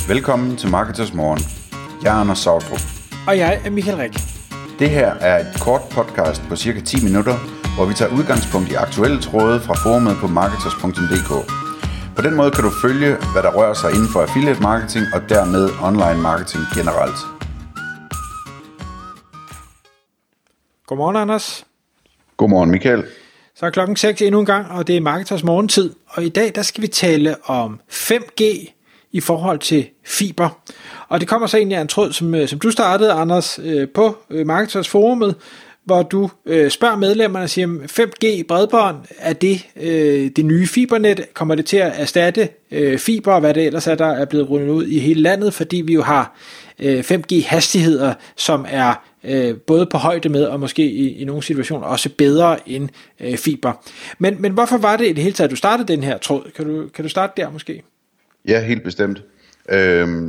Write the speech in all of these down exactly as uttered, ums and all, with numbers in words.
Velkommen til Marketers Morgen. Jeg er Anders Sautrup. Og jeg er Michael Rik. Det her er et kort podcast på cirka ti minutter, hvor vi tager udgangspunkt i aktuelle tråde fra forumet på marketers punktum d k. På den måde kan du følge, hvad der rører sig inden for affiliate marketing og dermed online marketing generelt. Godmorgen, Anders. Godmorgen, Michael. Så er klokken seks endnu en gang, og det er Marketers morgentid. Og i dag der skal vi tale om fem G i forhold til fiber. Og det kommer så egentlig af en tråd, som, som du startede, Anders, på Marketers forumet, hvor du øh, spørger medlemmerne og siger, fem G bredbånd, er det øh, det nye fibernet? Kommer det til at erstatte øh, fiber, og hvad det ellers er, der er blevet rullet ud i hele landet? Fordi vi jo har øh, fem G hastigheder, som er øh, både på højde med, og måske i, i nogle situationer også bedre end øh, fiber. Men, men hvorfor var det i det hele taget, at du startede den her tråd? Kan du, kan du starte der måske? Ja, helt bestemt. Øhm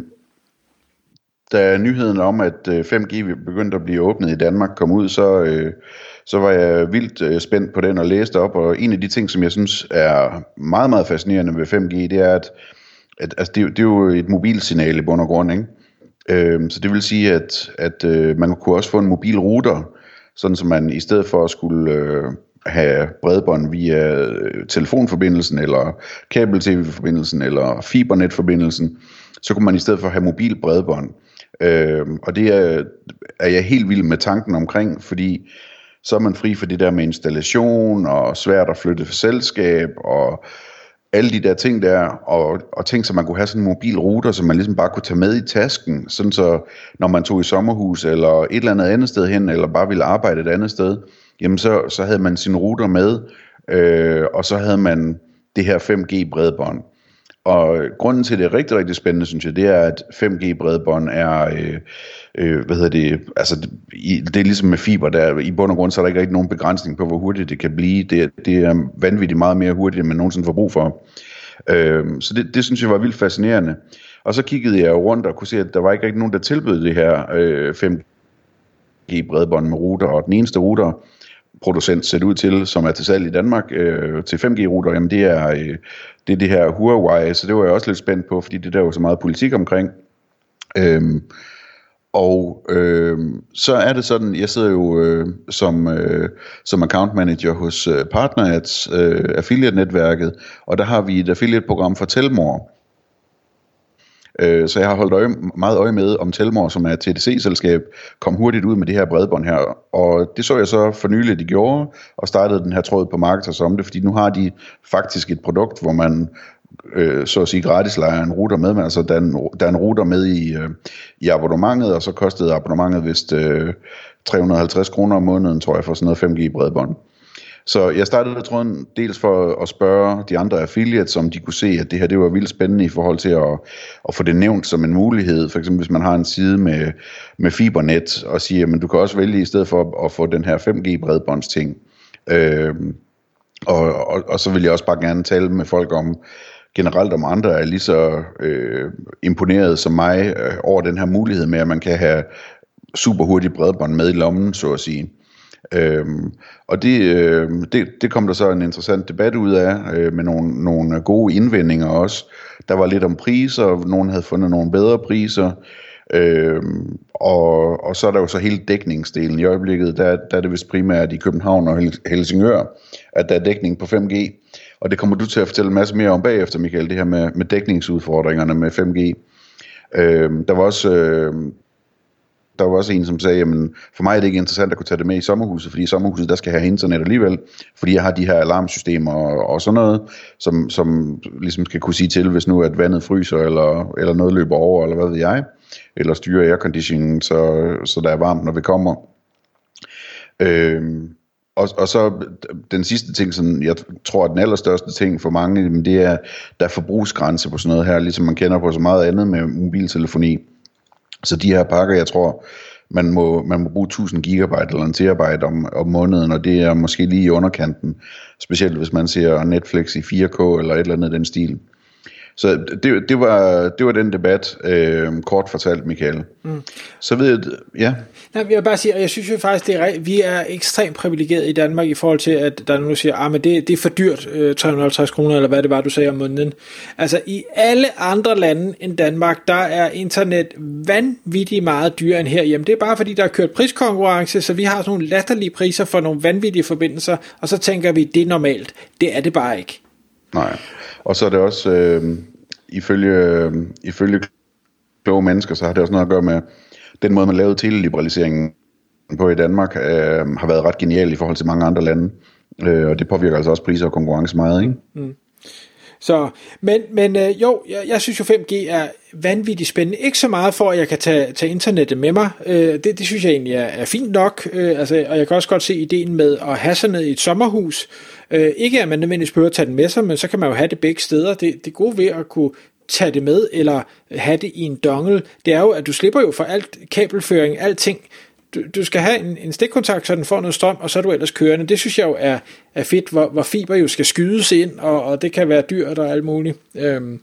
Da nyheden om, at fem G begyndte at blive åbnet i Danmark kom ud, så, øh, så var jeg vildt øh, spændt på den og læste op. Og en af de ting, som jeg synes er meget, meget fascinerende ved fem G, det er, at, at altså, det, det er jo et mobilsignal i bund og grund, ikke? Øh, så det vil sige, at, at øh, man kunne også få en mobil router, sådan som man i stedet for at skulle øh, have bredbånd via øh, telefonforbindelsen, eller kabel-tv-forbindelsen, eller fibernetforbindelsen, så kunne man i stedet for have mobil bredbånd. Øh, og det er, er jeg helt vild med tanken omkring, fordi så er man fri for det der med installation, og svært at flytte for selskab, og alle de der ting der, og, og ting, så man kunne have sådan en mobil router, som man ligesom bare kunne tage med i tasken, sådan så når man tog i sommerhus, eller et eller andet andet sted hen, eller bare ville arbejde et andet sted, jamen så, så havde man sin router med, øh, og så havde man det her fem G bredbånd. Og grunden til, det er rigtig, rigtig spændende, synes jeg, det er, at fem G bredbånd er, øh, øh, hvad hedder det, altså det, det er ligesom med fiber, der i bund og grund, så er der ikke rigtig nogen begrænsning på, hvor hurtigt det kan blive. Det, det er vanvittigt meget mere hurtigt, end man nogensinde får brug for. Øh, så det, det synes jeg var vildt fascinerende. Og så kiggede jeg rundt og kunne se, at der var ikke rigtig nogen, der tilbød det her øh, fem G bredbånd med router, og den eneste router, producent set ud til, som er til salg i Danmark øh, til fem G router, jamen det er, øh, det er det her Huawei, så det var jeg også lidt spændt på, fordi det der er jo så meget politik omkring. Øhm, og øh, så er det sådan, jeg sidder jo øh, som, øh, som account manager hos øh, PartnerAds, øh, affiliate-netværket, og der har vi et affiliate-program for Telmore. Så jeg har holdt øje, meget øje med, om Telmore, som er et T D C-selskab, kom hurtigt ud med det her bredbånd her. Og det så jeg så for nylig, at de gjorde, og startede den her tråd på Marketers om det, fordi nu har de faktisk et produkt, hvor man øh, så at sige gratis lejer en router med. Men altså, der er en, der er en router med i, øh, i abonnementet, og så kostede abonnementet vist øh, tre hundrede og halvtreds kroner om måneden, tror jeg, for sådan noget fem G bredbånd. Så jeg startede tråden dels for at spørge de andre affiliates, om de kunne se, at det her det var vildt spændende i forhold til at, at få det nævnt som en mulighed. For eksempel hvis man har en side med, med fibernet og siger, at du kan også vælge i stedet for at få den her fem G bredbåndsting. Øh, og, og, og så vil jeg også bare gerne tale med folk om, generelt om andre er lige så øh, imponeret som mig øh, over den her mulighed med, at man kan have super hurtigt bredbånd med i lommen, så at sige. Øhm, og det, øh, det, det kom der så en interessant debat ud af, øh, med nogle, nogle gode indvendinger også. Der var lidt om priser, nogen havde fundet nogle bedre priser, øhm, og, og så er der jo så hele dækningsdelen. I øjeblikket, der, der er det vist primært i København og Helsingør, at der er dækning på fem G, og det kommer du til at fortælle en masse mere om bagefter, Michael, det her med, med dækningsudfordringerne med fem G. Øhm, der var også... Øh, Der var også en, som sagde, jamen for mig er det ikke interessant at kunne tage det med i sommerhuset, fordi i sommerhuset, der skal jeg have internet alligevel, fordi jeg har de her alarmsystemer og, og sådan noget, som, som ligesom skal kunne sige til, hvis nu at vandet fryser, eller, eller noget løber over, eller hvad ved jeg, eller styre airconditioning, så, så der er varmt, når vi kommer. Øhm, og, og så den sidste ting, som jeg tror er den allerstørste ting for mange, det er, der er forbrugsgrænse på sådan noget her, ligesom man kender på så meget andet med mobiltelefoni. Så de her pakker, jeg tror, man må, man må bruge tusind gigabyte eller en terabyte om, om måneden, og det er måske lige i underkanten, specielt hvis man ser Netflix i fire K eller et eller andet den stil. Så det, det, var, det var den debat, øh, kort fortalt, Michael. Mm. Så ved jeg, ja. Nej, jeg vil bare sige, og jeg synes jo faktisk, det er, vi er ekstremt privilegeret i Danmark i forhold til, at der er nogen, der siger, at ah, det, det er for dyrt, øh, tre hundrede og halvtreds kroner, eller hvad det var, du sagde om måneden. Altså i alle andre lande end Danmark, der er internet vanvittigt meget dyrere end herhjemme. Det er bare fordi, der er kørt priskonkurrence, så vi har sådan nogle latterlige priser for nogle vanvittige forbindelser, og så tænker vi, det er normalt. Det er det bare ikke. Nej, og så er det også, øh, ifølge, øh, ifølge kloge mennesker, så har det også noget at gøre med, den måde man lavede teleliberaliseringen på i Danmark, øh, har været ret genial i forhold til mange andre lande, øh, og det påvirker altså også priser og konkurrence meget, ikke? Mm. Så, men, men øh, jo, jeg, jeg synes jo fem G er vanvittigt spændende. Ikke så meget for, at jeg kan tage, tage internettet med mig. Øh, det, det synes jeg egentlig er, er fint nok. Øh, altså, og jeg kan også godt se ideen med at have sådan noget i et sommerhus. Øh, ikke at man nødvendigvis behøver at tage den med sig, men så kan man jo have det begge steder. Det, det gode ved at kunne tage det med, eller have det i en dongle, det er jo, at du slipper jo for alt kabelføring, alting. Du, du skal have en, en stikkontakt, så den får noget strøm, og så er du ellers kørende. Det synes jeg jo er, er fedt, hvor, hvor fiber jo skal skydes ind, og, og det kan være dyrt og alt muligt. Øhm.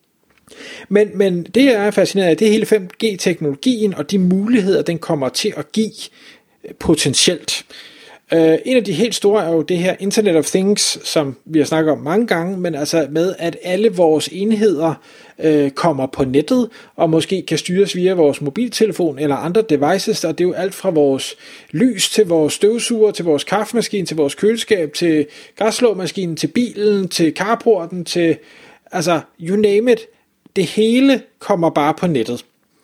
Men, men det, jeg er fascineret af, det er hele fem G-teknologien, og de muligheder, den kommer til at give potentielt. Uh, en af de helt store er jo det her Internet of Things, som vi har snakket om mange gange, men altså med, at alle vores enheder uh, kommer på nettet, og måske kan styres via vores mobiltelefon eller andre devices, og det er jo alt fra vores lys til vores støvsuger, til vores kaffemaskine, til vores køleskab, til græsslåmaskinen, til bilen, til carporten, til, altså you name it, det hele kommer bare på nettet.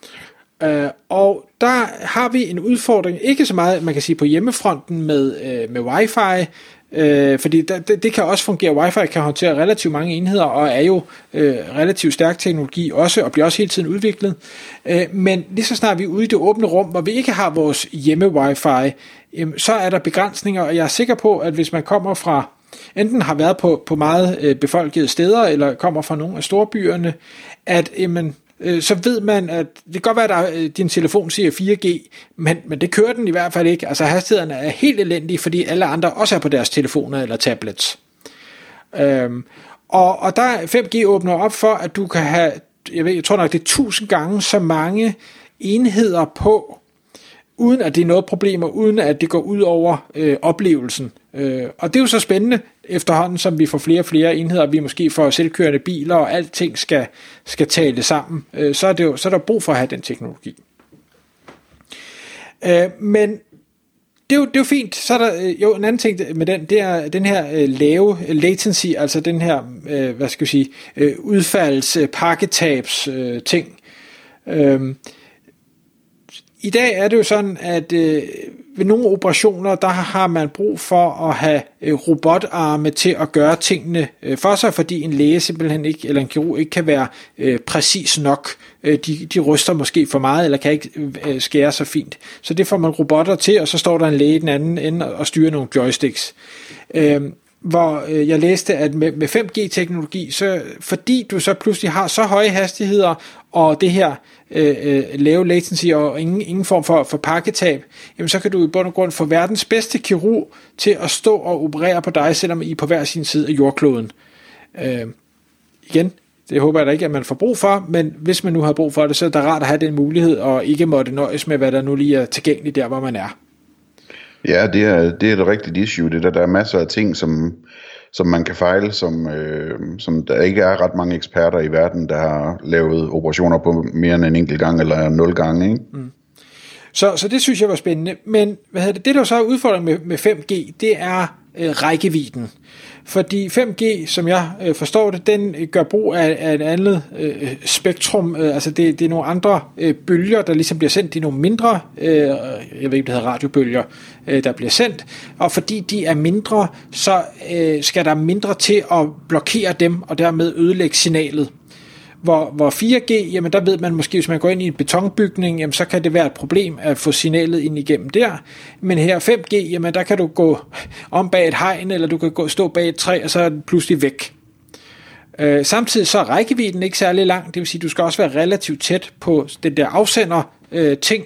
Uh, og der har vi en udfordring, ikke så meget, man kan sige på hjemmefronten med, uh, med wifi, uh, fordi der, det, det kan også fungere, wifi kan håndtere relativt mange enheder, og er jo uh, relativt stærk teknologi også, og bliver også hele tiden udviklet, uh, men lige så snart vi er ude i det åbne rum, hvor vi ikke har vores hjemme wifi, um, så er der begrænsninger, og jeg er sikker på, at hvis man kommer fra, enten har været på, på meget uh, befolkede steder, eller kommer fra nogle af storbyerne, at jamen, så ved man, at det kan godt være, at din telefon siger fire G, men, men det kører den i hvert fald ikke. Altså hastighederne er helt elendige, fordi alle andre også er på deres telefoner eller tablets. Øhm, og, og der fem G åbner op for, at du kan have, jeg, ved, jeg tror nok, det er tusind gange så mange enheder på, uden at det er noget problemer, uden at det går ud over øh, oplevelsen. Øh, og det er jo så spændende efterhånden, som vi får flere og flere enheder, vi måske får selvkørende biler, og alting skal, skal tale sammen. Øh, så, er det jo, så er der brug for at have den teknologi. Øh, men det er, jo, det er jo fint. Så er der øh, jo en anden ting med den, det er den her øh, lave latency, altså den her, øh, hvad skal jeg sige, øh, udfalds, øh, pakketabs øh, ting. Øh, I dag er det jo sådan, at øh, ved nogle operationer, der har man brug for at have øh, robotarme til at gøre tingene øh, for sig, fordi en læge simpelthen ikke, eller en kirurg ikke kan være øh, præcis nok. Øh, de, de ryster måske for meget, eller kan ikke øh, skære så fint. Så det får man robotter til, og så står der en læge i den anden ende og styrer nogle joysticks. Øh, hvor øh, jeg læste, at med, med fem G-teknologi, så fordi du så pludselig har så høje hastigheder, og det her øh, øh, lave latency, og ingen, ingen form for, for pakketab, jamen så kan du i bund og grund få verdens bedste kirurg til at stå og operere på dig, selvom I er på hver sin side af jordkloden. Øh, igen, det håber jeg da ikke, at man får brug for, men hvis man nu har brug for det, så er det rart at have den mulighed, og ikke måtte nøjes med, hvad der nu lige er tilgængeligt der, hvor man er. Ja, det er, det er et rigtigt issue. Det der, der er masser af ting, som, som man kan fejle, som, øh, som der ikke er ret mange eksperter i verden, der har lavet operationer på mere end en enkelt gang eller nul gange. Ikke? Mm. Så, så det synes jeg var spændende. Men hvad hedder det, det der så er udfordringen med, med fem G, det er øh, rækkevidden. Fordi fem G, som jeg øh, forstår det, den gør brug af, af et andet øh, spektrum. Øh, altså det, det er nogle andre øh, bølger, der ligesom bliver sendt. De er nogle mindre, øh, jeg ved ikke, det hedder radiobølger, øh, der bliver sendt. Og fordi de er mindre, så øh, skal der mindre til at blokere dem, og dermed ødelægge signalet. Hvor, hvor fire G, jamen der ved man måske, hvis man går ind i en betonbygning, jamen så kan det være et problem at få signalet ind igennem der. Men her fem G, jamen der kan du gå om bag et hegn, eller du kan gå, stå bag et træ, og så er den pludselig væk. Øh, samtidig så er rækkevidden ikke særlig lang, det vil sige, du skal også være relativt tæt på den der afsender øh, ting. Det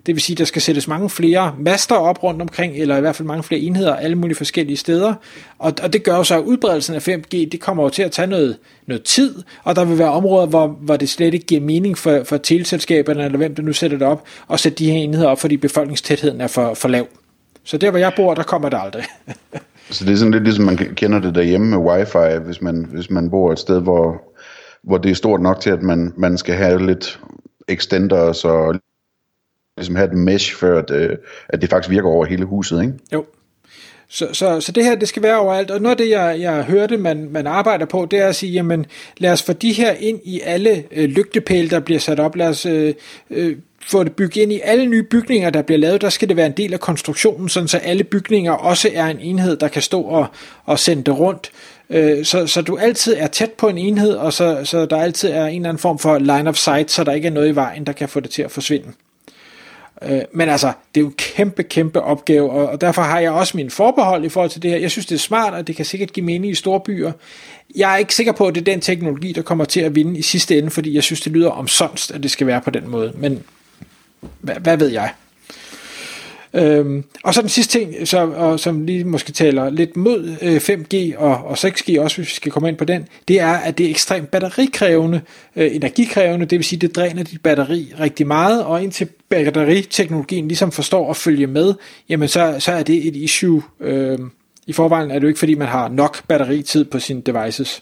Det vil sige, der skal sættes mange flere master op rundt omkring, eller i hvert fald mange flere enheder alle mulige forskellige steder. Og, og det gør jo så, at udbredelsen af fem G, det kommer jo til at tage noget, noget tid, og der vil være områder, hvor, hvor det slet ikke giver mening for, for teleselskaberne, eller hvem der nu sætter det op, og sætte de her enheder op, fordi befolkningstætheden er for, for lav. Så der, hvor jeg bor, der kommer det aldrig. Så det er sådan lidt ligesom, man kender det derhjemme med wifi, hvis man, hvis man bor et sted, hvor, hvor det er stort nok til, at man, man skal have lidt extenders og ligesom have et mesh, før at, at det faktisk virker over hele huset, ikke? Jo. Så, så, så det her, det skal være overalt, og noget af det, jeg, jeg hørte, man, man arbejder på, det er at sige, jamen lad os få de her ind i alle øh, lygtepæle, der bliver sat op, lad os øh, øh, få det bygget ind i alle nye bygninger, der bliver lavet, der skal det være en del af konstruktionen, sådan så alle bygninger også er en enhed, der kan stå og, og sende det rundt, øh, så, så du altid er tæt på en enhed, og så, så der altid er en eller anden form for line of sight, så der ikke er noget i vejen, der kan få det til at forsvinde. Men altså, det er jo en kæmpe, kæmpe opgave, og derfor har jeg også mine forbehold i forhold til det her. Jeg synes, det er smart, og det kan sikkert give mening i store byer. Jeg er ikke sikker på, at det er den teknologi, der kommer til at vinde i sidste ende, fordi jeg synes, det lyder omsonst, at det skal være på den måde. Men hvad, hvad ved jeg? Øhm, og så den sidste ting, så, og, som lige måske taler lidt mod øh, fem G og, og seks G også, hvis vi skal komme ind på den, det er, at det er ekstremt batterikrævende, øh, energikrævende, det vil sige, det dræner dit batteri rigtig meget, og indtil batteriteknologien ligesom forstår at følge med, jamen så, så er det et issue. Øh, I forvejen er det jo ikke, fordi man har nok batteritid på sine devices.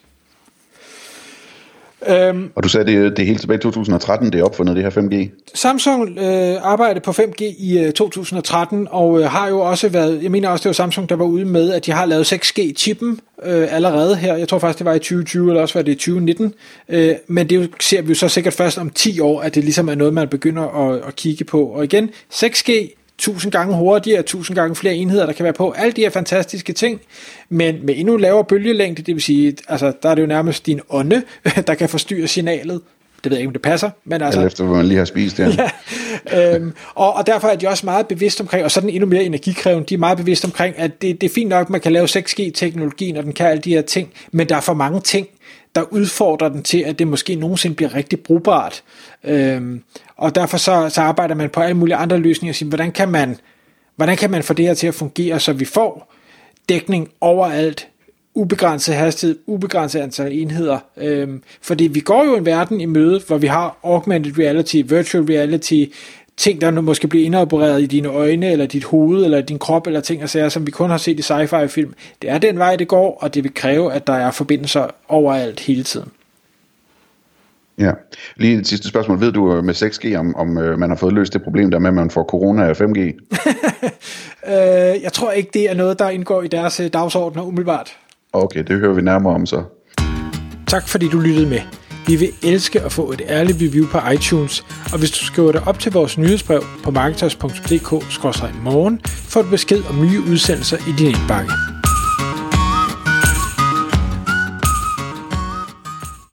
Um, og du sagde, det, det er helt tilbage i to tusind og tretten, det er opfundet, det her fem G? Samsung øh, arbejdede på fem G i øh, to tusind og tretten, og øh, har jo også været, jeg mener også, det var Samsung, der var ude med, at de har lavet seks G-chippen øh, allerede her. Jeg tror faktisk, det var i tyve tyve, eller også var det i tyve nitten. Øh, men det ser vi jo så sikkert først om ti år, at det ligesom er noget, man begynder at, at kigge på. Og igen, seks G, tusind gange hurtigere, tusind gange flere enheder, der kan være på. Alle de her fantastiske ting, men med endnu lavere bølgelængde, det vil sige, altså, der er det jo nærmest din ånde, der kan forstyrre signalet. Det ved jeg ikke, om det passer. Men altså, eller efter, hvor man lige har spist det. ja, øhm, og, og derfor er de også meget bevidst omkring, og så er den endnu mere energikrævende, de er meget bevidst omkring, at det, det er fint nok, at man kan lave seks G-teknologien, og den kan alle de her ting, men der er for mange ting, der udfordrer den til, at det måske nogensinde bliver rigtig brugbart. Øhm, og derfor så, så arbejder man på alle mulige andre løsninger, og siger, hvordan kan man, hvordan kan man få det her til at fungere, så vi får dækning overalt, ubegrænset hastighed, ubegrænset antal enheder. Øhm, fordi vi går jo en verden i møde, hvor vi har augmented reality, virtual reality, ting, der nu måske bliver indopereret i dine øjne, eller dit hoved, eller din krop, eller ting og sager, som vi kun har set i sci-fi film. Det er den vej, det går, og det vil kræve, at der er forbindelser overalt hele tiden. Ja. Lige et sidste spørgsmål. Ved du med seks G, om, om man har fået løst det problem der med, at man får corona af fem G? øh, jeg tror ikke, det er noget, der indgår i deres dagsordner umiddelbart. Okay, det hører vi nærmere om så. Tak fordi du lyttede med. Vi vil elske at få et ærligt review på iTunes, og hvis du skriver dig op til vores nyhedsbrev på marketers punktum d k skråstreg morgen, får du besked om nye udsendelser i din indbakke.